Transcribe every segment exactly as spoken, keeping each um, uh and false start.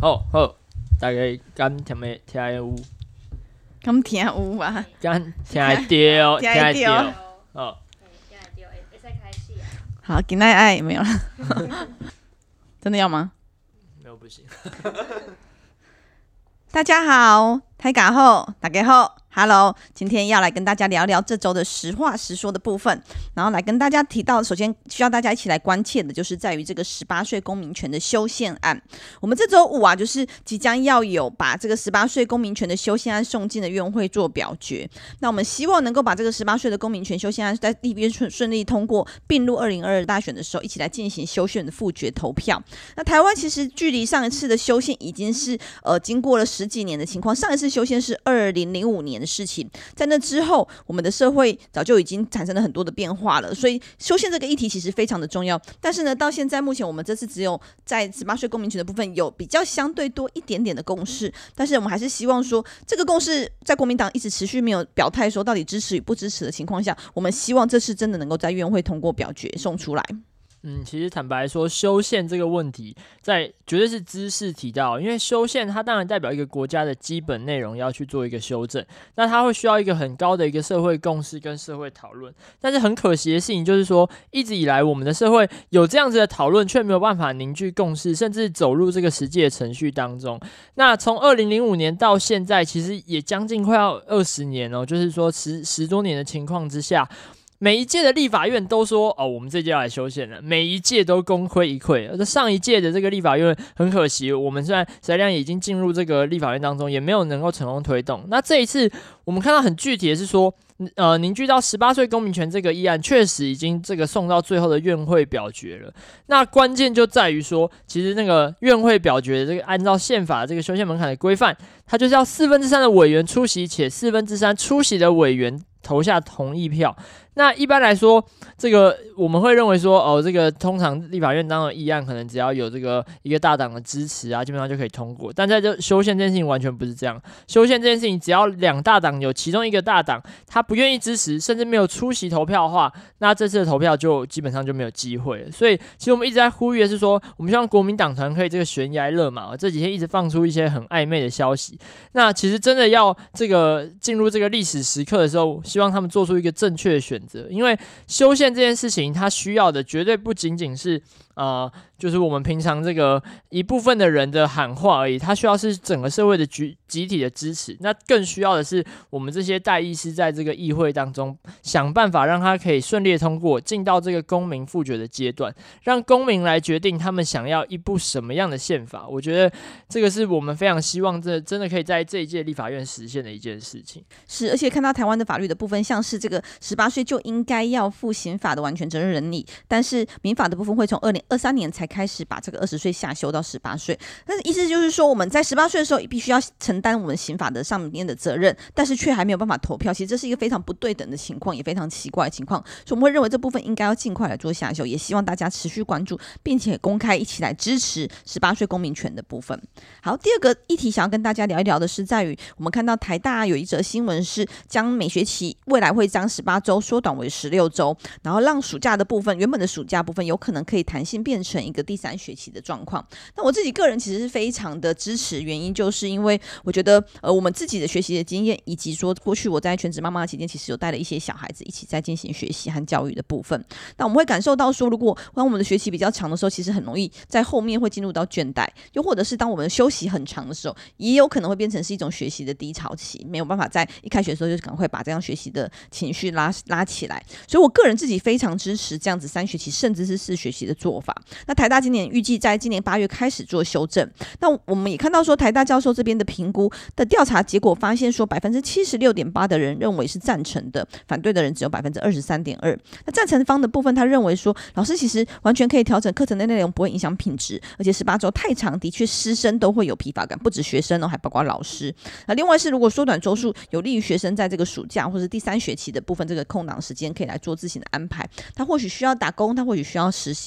好好，大家敢听没听得有？ 敢听有啊？ 敢听得到？ 听得到。 哦， 听得到，会使开始啊。 好，今天爱没有了，真的要吗？ 没有不行。 大家好，大家好，大家好。Hello， 今天要来跟大家聊聊这周的实话实说的部分，然后来跟大家提到，首先需要大家一起来关切的，就是在于这个十八岁公民权的修宪案。我们这周五啊，就是即将要有把这个十八岁公民权的修宪案送进的院会做表决。那我们希望能够把这个十八岁的公民权修宪案在立院顺顺利通过，并入二零二二大选的时候，一起来进行修宪的复决投票。那台湾其实距离上一次的修宪已经是呃经过了十几年的情况，上一次修宪是二零零五年。的事情，在那之后，我们的社会早就已经产生了很多的变化了，所以修宪这个议题其实非常的重要。但是呢，到现在目前我们这次只有在十八岁公民权的部分有比较相对多一点点的共识，但是我们还是希望说，这个共识在国民党一直持续没有表态说到底支持与不支持的情况下，我们希望这次真的能够在院会通过表决送出来。 嗯，其实坦白说，修宪这个问题在绝对是知识提到，因为修宪它当然代表一个国家的基本内容要去做一个修正，那它会需要一个很高的一个社会共识跟社会讨论。但是很可惜的事情就是说，一直以来我们的社会有这样子的讨论，却没有办法凝聚共识，甚至走入这个实际的程序当中。那从二零零五年到现在，其实也将近快要二十年哦，就是说十十多年的情况之下。每一届的立法院都说哦，我们这届要来修宪了，每一届都功亏一篑。而上一届的这个立法院很可惜，我们虽然实量已经进入这个立法院当中，也没有能够成功推动。那这一次我们看到很具体的是说，呃，凝聚到十八岁公民权这个议案，确实已经这个送到最后的院会表决了。那关键就在于说，其实那个院会表决的这个按照宪法这个修宪门槛的规范，它就是要四分之三的委员出席，且四分之三出席的委员投下同意票。那一般来说，这个我们会认为说，哦，这个通常立法院当中的议案可能只要有这个一个大党的支持啊，基本上就可以通过。但在这修宪这件事情完全不是这样，修宪这件事情只要两大党有其中一个大党他不愿意支持，甚至没有出席投票的话，那这次的投票就基本上就没有机会了。所以，其实我们一直在呼吁的是说，我们希望国民党团可以这个悬崖勒马，这几天一直放出一些很暧昧的消息。那其实真的要这个进入这个历史时刻的时候，希望他们做出一个正确的选择，因为修宪这件事情，它需要的绝对不仅仅是呃，就是我们平常这个一部分的人的喊话而已，它需要是整个社会的集集体的支持。那更需要的是我们这些代议士在这个议会当中想办法让它可以顺利通过，进到这个公民复决的阶段，让公民来决定他们想要一部什么样的宪法。我觉得这个是我们非常希望这真的可以在这一届立法院实现的一件事情。 是，而且看到台湾的法律的部分，像是这个十八岁就应该要负刑法的完全责任能力，但是民法的部分会从二零二三年才开始把这个二十岁下修到十八岁。但是意思就是说，我们在十八岁的时候必须要承担我们刑法的上面的责任，但是却还没有办法投票。其实这是一个非常不对等的情况，也非常奇怪的情况。所以我们会认为这部分应该要尽快来做下修，也希望大家持续关注，并且公开一起来支持十八岁公民权的部分。好，第二个议题想要跟大家聊一聊的是，在于我们看到台大有一则新闻是将每学期未来会将十八周缩短为十六周，然后让暑假的部分，原本的暑假部分有可能可以弹性变成一个第三学期的状况。那我自己个人其实是非常的支持，原因就是因为我觉得呃我们自己的学习的经验，以及说过去我在全职妈妈的期间，其实有带了一些小孩子一起在进行学习和教育的部分。那我们会感受到说，如果当我们的学习比较长的时候，其实很容易在后面会进入到倦怠，又或者是当我们休息很长的时候，也有可能会变成是一种学习的低潮期，没有办法在一开学的时候就赶快把这样学习的情绪拉拉起来。所以我个人自己非常支持这样子三学期甚至是四学期的做法。那台大今年预计在今年八月开始做修正。那我们也看到说，台大教授这边的评估的调查结果发现说，百分之七十六点八的人认为是赞成的，反对的人只有百分之二十三点二。那赞成方的部分，他认为说，老师其实完全可以调整课程的内容，不会影响品质，而且十八周太长，的确师生都会有疲乏感，不止学生哦，还包括老师。那另外是，如果缩短周数，有利于学生在这个暑假或是第三学期的部分这个空档时间，可以来做自行的安排。他或许需要打工，他或许需要实习，或者他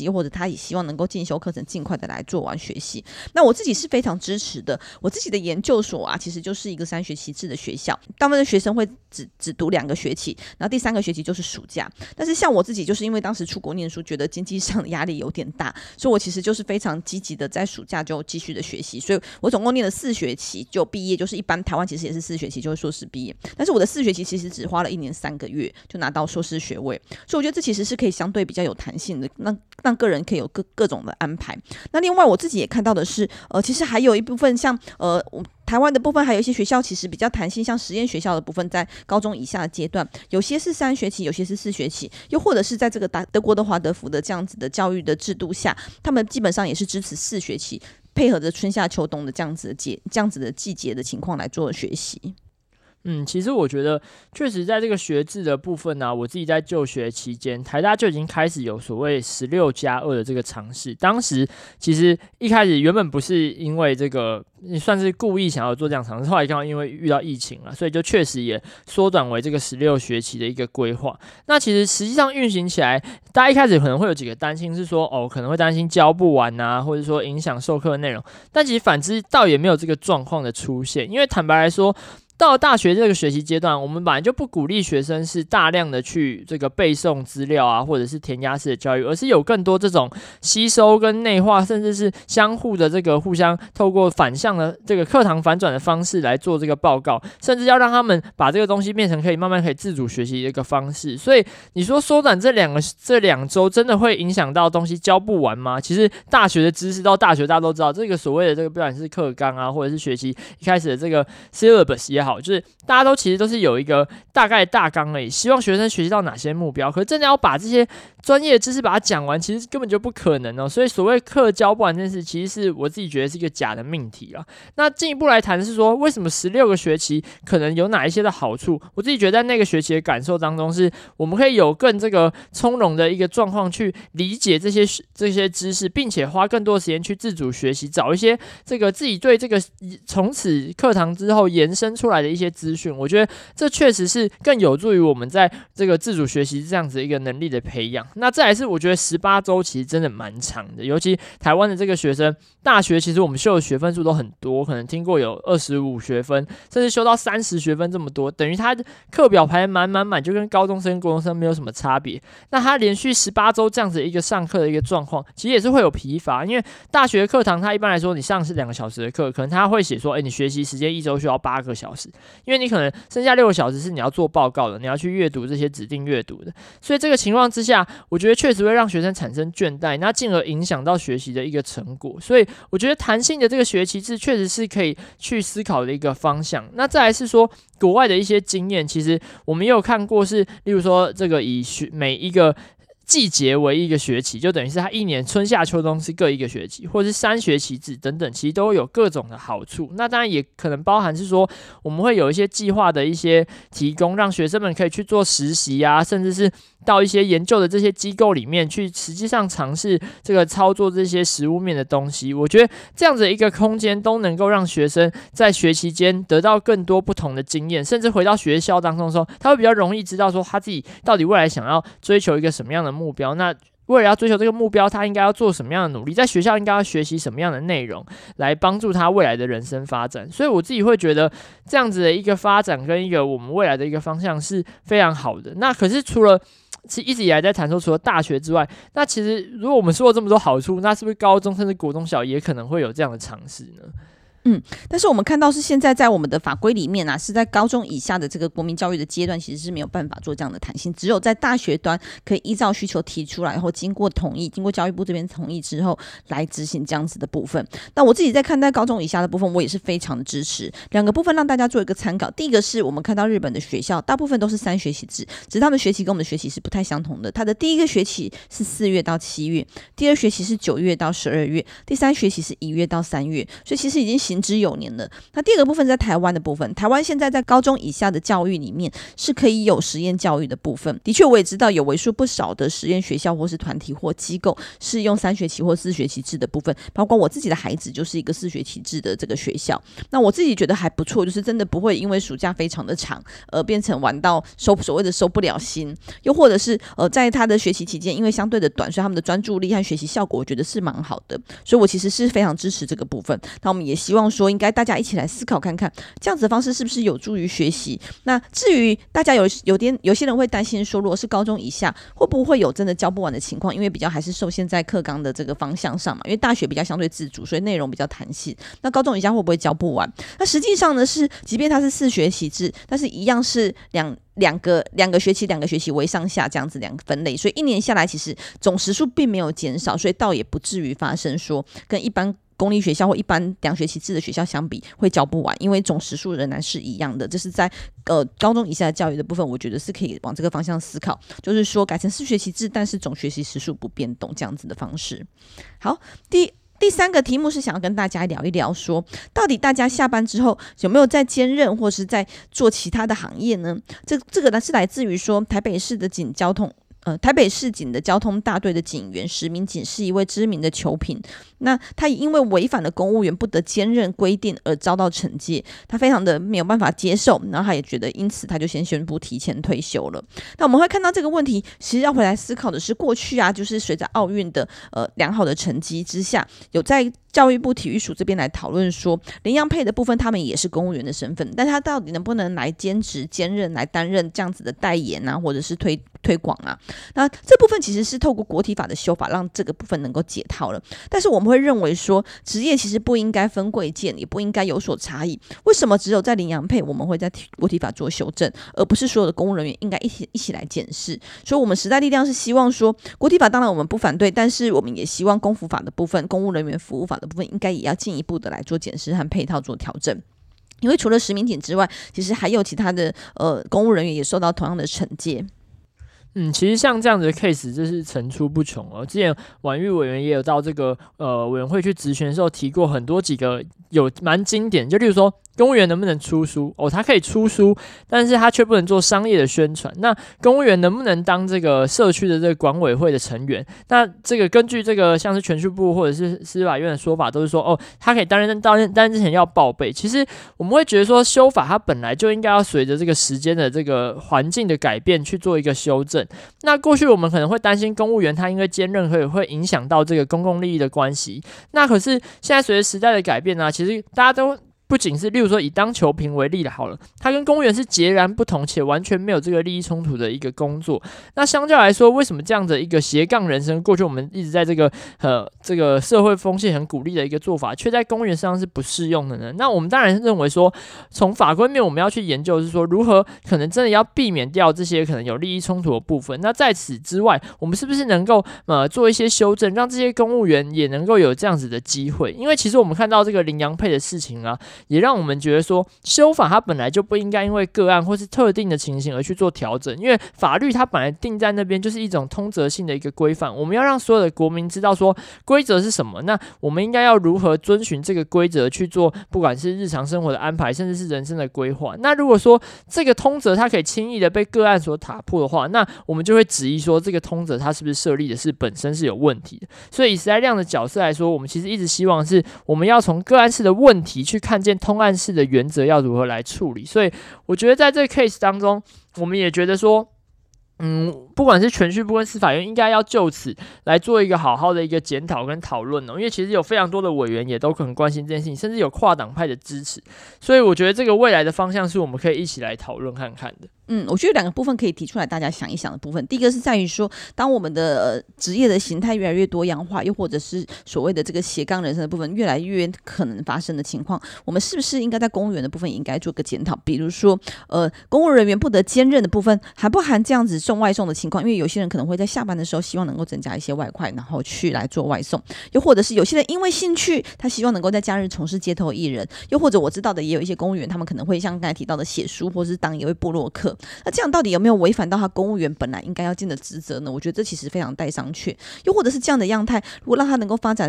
他也希望能够进修课程尽快的来做完学习。那我自己是非常支持的，我自己的研究所啊，其实就是一个三学期制的学校，大部分的学生会只只读两个学期，然后第三个学期就是暑假。但是像我自己，就是因为当时出国念书，觉得经济上的压力有点大，所以我其实就是非常积极的在暑假就继续的学习，所以我总共念了四学期就毕业，就是一般台湾其实也是四学期就会硕士毕业，但是我的四学期其实只花了一年三个月就拿到硕士学位，所以我觉得这其实是可以相对比较有弹性的，让让个人可以有各各种的安排。那另外我自己也看到的是，呃，其实还有一部分像呃我。台湾的部分还有一些学校其实比较弹性，像实验学校的部分，在高中以下的阶段，有些是三学期，有些是四学期，又或者是在这个德国的华德福的这样子的教育的制度下，他们基本上也是支持四学期，配合着春夏秋冬的这样子的节这样子的季节的情况来做学习。 嗯，其实我觉得确实在这个学制的部分呢、啊，我自己在就学期间，台大就已经开始有所谓十六加二的这个尝试。当时其实一开始原本不是因为这个算是故意想要做这样尝试，后来刚好因为遇到疫情了，所以就确实也缩短为这个十六学期的一个规划。那其实实际上运行起来，大家一开始可能会有几个担心，是说哦可能会担心教不完啊，或者说影响授课的内容。但其实反之倒也没有这个状况的出现，因为坦白来说。到了大学这个学习阶段，我们本来就不鼓励学生是大量的去这个背诵资料啊，或者是填鸭式的教育，而是有更多这种吸收跟内化，甚至是相互的这个互相透过反向的这个课堂反转的方式来做这个报告，甚至要让他们把这个东西变成可以慢慢可以自主学习的一个方式。所以你说缩短这两个这两周真的会影响到东西教不完吗？其实大学的知识到大学大家都知道，这个所谓的这个不管是课纲啊，或者是学习一开始的这个 syllabus 也好，就是大家都其实都是有一个大概的大纲而已，希望学生学习到哪些目标。可是真的要把这些专业的知识把它讲完，其实根本就不可能哦。所以所谓课教不完这件事，其实是我自己觉得是一个假的命题啦。那进一步来谈的是说，为什么十六个学期可能有哪一些的好处？我自己觉得在那个学期的感受当中，是我们可以有更这个从容的一个状况去理解这些这些知识，并且花更多的时间去自主学习，找一些这个自己对这个从此课堂之后延伸出来的一些资讯，我觉得这确实是更有助于我们在这个自主学习这样子一个能力的培养。那再来是我觉得十八周其实真的蛮长的，尤其台湾的这个学生，大学其实我们修的学分数都很多，可能听过有二十五学分，甚至修到三十学分这么多，等于他课表排满满满，就跟高中生、国中生没有什么差别。那他连续十八周这样子一个上课的一个状况，其实也是会有疲乏，因为大学课堂它一般来说你上是两个小时的课，可能他会写说，哎、欸，你学习时间一周需要八个小时，因为你可能剩下六个小时是你要做报告的，你要去阅读这些指定阅读的，所以这个情况之下，我觉得确实会让学生产生倦怠，那进而影响到学习的一个成果。所以我觉得弹性的这个学期制确实是可以去思考的一个方向。那再来是说国外的一些经验，其实我们也有看过是，例如说这个以学每一个季节为一个学期，就等于是它一年春夏秋冬是各一个学期，或者是三学期制等等，其实都有各种的好处。那当然也可能包含是说，我们会有一些计划的一些提供，让学生们可以去做实习啊，甚至是到一些研究的这些机构里面去，实际上尝试这个操作这些实务面的东西。我觉得这样子的一个空间都能够让学生在学期间得到更多不同的经验，甚至回到学校当中的时候，他会比较容易知道说他自己到底未来想要追求一个什么样的目标。那为了要追求这个目标，他应该要做什么样的努力？在学校应该要学习什么样的内容，来帮助他未来的人生发展？所以我自己会觉得，这样子的一个发展跟一个我们未来的一个方向是非常好的。那可是除了其实一直以来在谈说，除了大学之外，那其实如果我们说了这么多好处，那是不是高中甚至国中小也可能会有这样的尝试呢？ 嗯，但是我们看到是现在在我们的法规里面啊，是在高中以下的这个国民教育的阶段，其实是没有办法做这样的弹性，只有在大学端可以依照需求提出来，然后经过同意，经过教育部这边同意之后来执行这样子的部分。那我自己在看待高中以下的部分，我也是非常的支持。两个部分让大家做一个参考，第一个是我们看到日本的学校大部分都是三学期制，只是他们学期跟我们的学期是不太相同的。他的第一个学期是四月到七月，第二学期是九月到十二月，第三学期是一月到三月，所以其实已经形行之有年了。那第二个部分在台湾的部分，台湾现在在高中以下的教育里面是可以有实验教育的部分。的确，我也知道有为数不少的实验学校或是团体或机构是用三学期或四学期制的部分，包括我自己的孩子就是一个四学期制的这个学校。那我自己觉得还不错，就是真的不会因为暑假非常的长，而变成玩到收所谓的收不了心，又或者是呃在他的学习期间因为相对的短，所以他们的专注力和学习效果我觉得是蛮好的。所以我其实是非常支持这个部分。那我们也希望说，应该大家一起来思考看看，这样子的方式是不是有助于学习。那至于大家有有点有些人会担心说，如果是高中以下，会不会有真的教不完的情况？因为比较还是受限在课纲的这个方向上嘛。因为大学比较相对自主，所以内容比较弹性。那高中以下会不会教不完？那实际上呢，是即便它是四学期制，但是一样是两。两个两个学期两个学期为上下这样子两个分类，所以一年下来其实总时数并没有减少，所以倒也不至于发生说跟一般公立学校或一般两学期制的学校相比会教不完，因为总时数仍然是一样的。这是在呃高中以下的教育的部分，我觉得是可以往这个方向思考，就是说改成四学期制，但是总学习时数不变动这样子的方式。好，第第三个题目是想要跟大家聊一聊说，到底大家下班之后有没有在兼任或是在做其他的行业呢？这这个呢是来自于说台北市的警交通呃，台北市警的交通大队的警员石明警是一位知名的球评，那他也因为违反了公务员不得兼任规定而遭到惩戒，他非常的没有办法接受，然后他也觉得因此他就先宣布提前退休了。那我们会看到这个问题，其实要回来思考的是，过去啊，就是随着奥运的呃良好的成绩之下，有在教育部体育署这边来讨论说，联洋配的部分他们也是公务员的身份，但他到底能不能来兼职兼任来担任这样子的代言啊，或者是推推广啊？那这部分其实是透过国体法的修法让这个部分能够解套了，但是我们会认为说，职业其实不应该分贵贱，也不应该有所差异。为什么只有在联洋配我们会在国体法做修正，而不是所有的公务人员应该一起一起来检视？所以我们时代力量是希望说，国体法当然我们不反对，但是我们也希望公服法的部分、公务人员服务法的部分应该也要进一步的来做检视和配套做调整。因为除了实名警之外，其实还有其他的呃公务人员也受到同样的惩戒。 嗯，其实像这样子的 case 就是层出不穷哦。之前婉玉委员也有到这个呃委员会去质询的时候提过很多几个有蛮经典，就例如说公务员能不能出书哦，他可以出书，但是他却不能做商业的宣传。那公务员能不能当这个社区的这个管委会的成员？那这个根据这个像是铨叙部或者是司法院的说法，都是说哦，他可以担任担任担任之前要报备。其实我们会觉得说，修法它本来就应该要随着这个时间的这个环境的改变去做一个修正。那过去我们可能会担心公务员他因为兼任会会影响到这个公共利益的关系。那可是现在随着时代的改变呢、啊，其实大家都不仅是，例如说以当球评为例的好了，它跟公务员是截然不同且完全没有这个利益冲突的一个工作。那相较来说，为什么这样的一个斜杠人生，过去我们一直在这个呃这个社会风气很鼓励的一个做法，却在公务员身上是不适用的呢？那我们当然认为说，从法规面我们要去研究是说，如何可能真的要避免掉这些可能有利益冲突的部分。那在此之外，我们是不是能够呃做一些修正，让这些公务员也能够有这样子的机会？因为其实我们看到这个林洋配的事情啊，也让我们觉得说，修法它本来就不应该因为个案或是特定的情形而去做调整，因为法律它本来定在那边就是一种通则性的一个规范，我们要让所有的国民知道说规则是什么，那我们应该要如何遵循这个规则去做，不管是日常生活的安排，甚至是人生的规划。那如果说这个通则它可以轻易的被个案所打破的话，那我们就会质疑说，这个通则它是不是设立的是本身是有问题的。所以以时代力量的角色来说，我们其实一直希望是我们要从个案式的问题去看见通案式的原则要如何来处理。所以我觉得在这个 case 当中，我们也觉得说，嗯，不管是铨叙部跟司法院，应该要就此来做一个好好的一个检讨跟讨论哦。因为其实有非常多的委员也都很关心这件事情，甚至有跨党派的支持，所以我觉得这个未来的方向是我们可以一起来讨论看看的。 嗯，我觉得两个部分可以提出来，大家想一想的部分。第一个是在于说，当我们的呃职业的形态越来越多样化，又或者是所谓的这个斜杠人生的部分越来越可能发生的情况，我们是不是应该在公务员的部分也应该做个检讨？比如说，呃，公务人员不得兼任的部分，含不含这样子送外送的情况？因为有些人可能会在下班的时候希望能够增加一些外快，然后去来做外送；又或者是有些人因为兴趣，他希望能够在假日从事街头艺人；又或者我知道的也有一些公务员，他们可能会像刚才提到的写书，或是当一位部落客。那这样到底有没有违反到他公务员本来应该要尽的职责呢？我觉得这其实非常待商榷。又或者是这样的样态，如果让他能够发展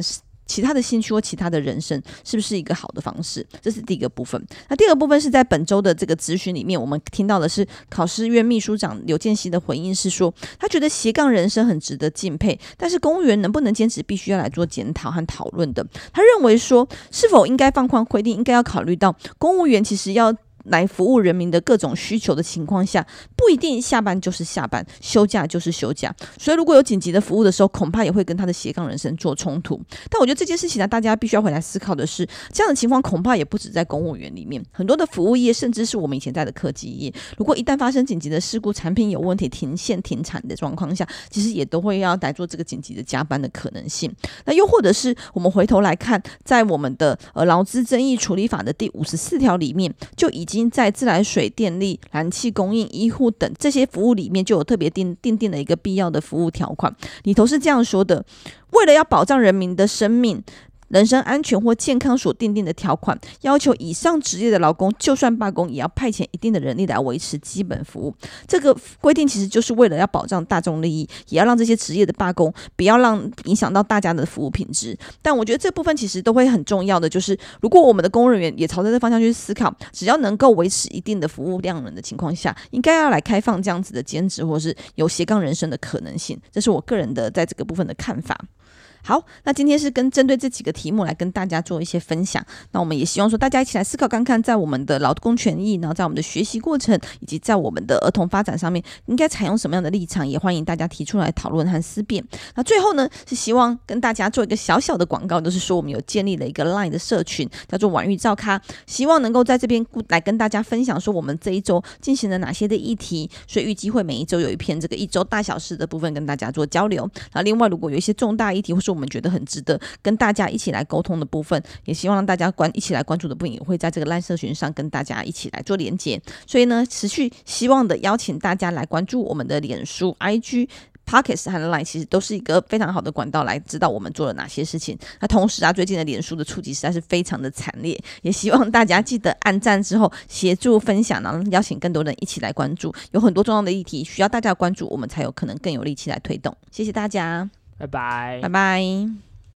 其他的兴趣或其他的人生是不是一个好的方式，这是第一个部分。那第二个部分是在本周的这个咨询里面，我们听到的是考试院秘书长刘建熙的回应是说，他觉得斜杠人生很值得敬佩，但是公务员能不能坚持必须要来做检讨和讨论的。他认为说，是否应该放宽规定，应该要考虑到公务员其实要来服务人民的各种需求的情况下，不一定下班就是下班，休假就是休假，所以如果有紧急的服务的时候，恐怕也会跟他的斜杠人生做冲突。但我觉得这件事情呢，大家必须要回来思考的是，这样的情况恐怕也不止在公务员里面，很多的服务业，甚至是我们以前在的科技业，如果一旦发生紧急的事故，产品有问题停线停产的状况下，其实也都会要来做这个紧急的加班的可能性。那又或者是我们回头来看，在我们的呃劳资争议处理法的第五十四条里面，就已经在自来水、电力、燃气供应、医护等这些服务里面，就有特别定定定了一个必要的服务条款，里头是这样说的：为了要保障人民的生命、人身安全或健康所订定的条款，要求以上职业的劳工就算罢工，也要派遣一定的人力来维持基本服务。这个规定其实就是为了要保障大众利益，也要让这些职业的罢工不要让影响到大家的服务品质。但我觉得这部分其实都会很重要的，就是如果我们的公务人员也朝着这方向去思考，只要能够维持一定的服务量能的情况下，应该要来开放这样子的兼职或是有斜杠人生的可能性。这是我个人的在这个部分的看法。好，那今天是跟针对这几个题目来跟大家做一些分享。那我们也希望说大家一起来思考看看，在我们的劳工权益，然后在我们的学习过程，以及在我们的儿童发展上面，应该采用什么样的立场，也欢迎大家提出来讨论和思辨。那最后呢，是希望跟大家做一个小小的广告，就是说我们有建立了一个 LINE 的社群，叫做晚育照咖，希望能够在这边来跟大家分享说我们这一周进行了哪些的议题，所以预计会每一周有一篇这个一周大小事的部分跟大家做交流。那另外如果有一些重大议题，或是我们觉得很值得跟大家一起来沟通的部分，也希望让大家关一起来关注的部分，也会在这个 LINE 社群上跟大家一起来做连结。所以呢，持续希望的邀请大家来关注我们的脸书、I G、Podcast 和 LINE， 其实都是一个非常好的管道来知道我们做了哪些事情。那同时啊，最近的脸书的触及实在是非常的惨烈，也希望大家记得按赞之后协助分享，然后邀请更多人一起来关注。有很多重要的议题需要大家关注，我们才有可能更有力气来推动。谢谢大家， 拜拜， 拜拜。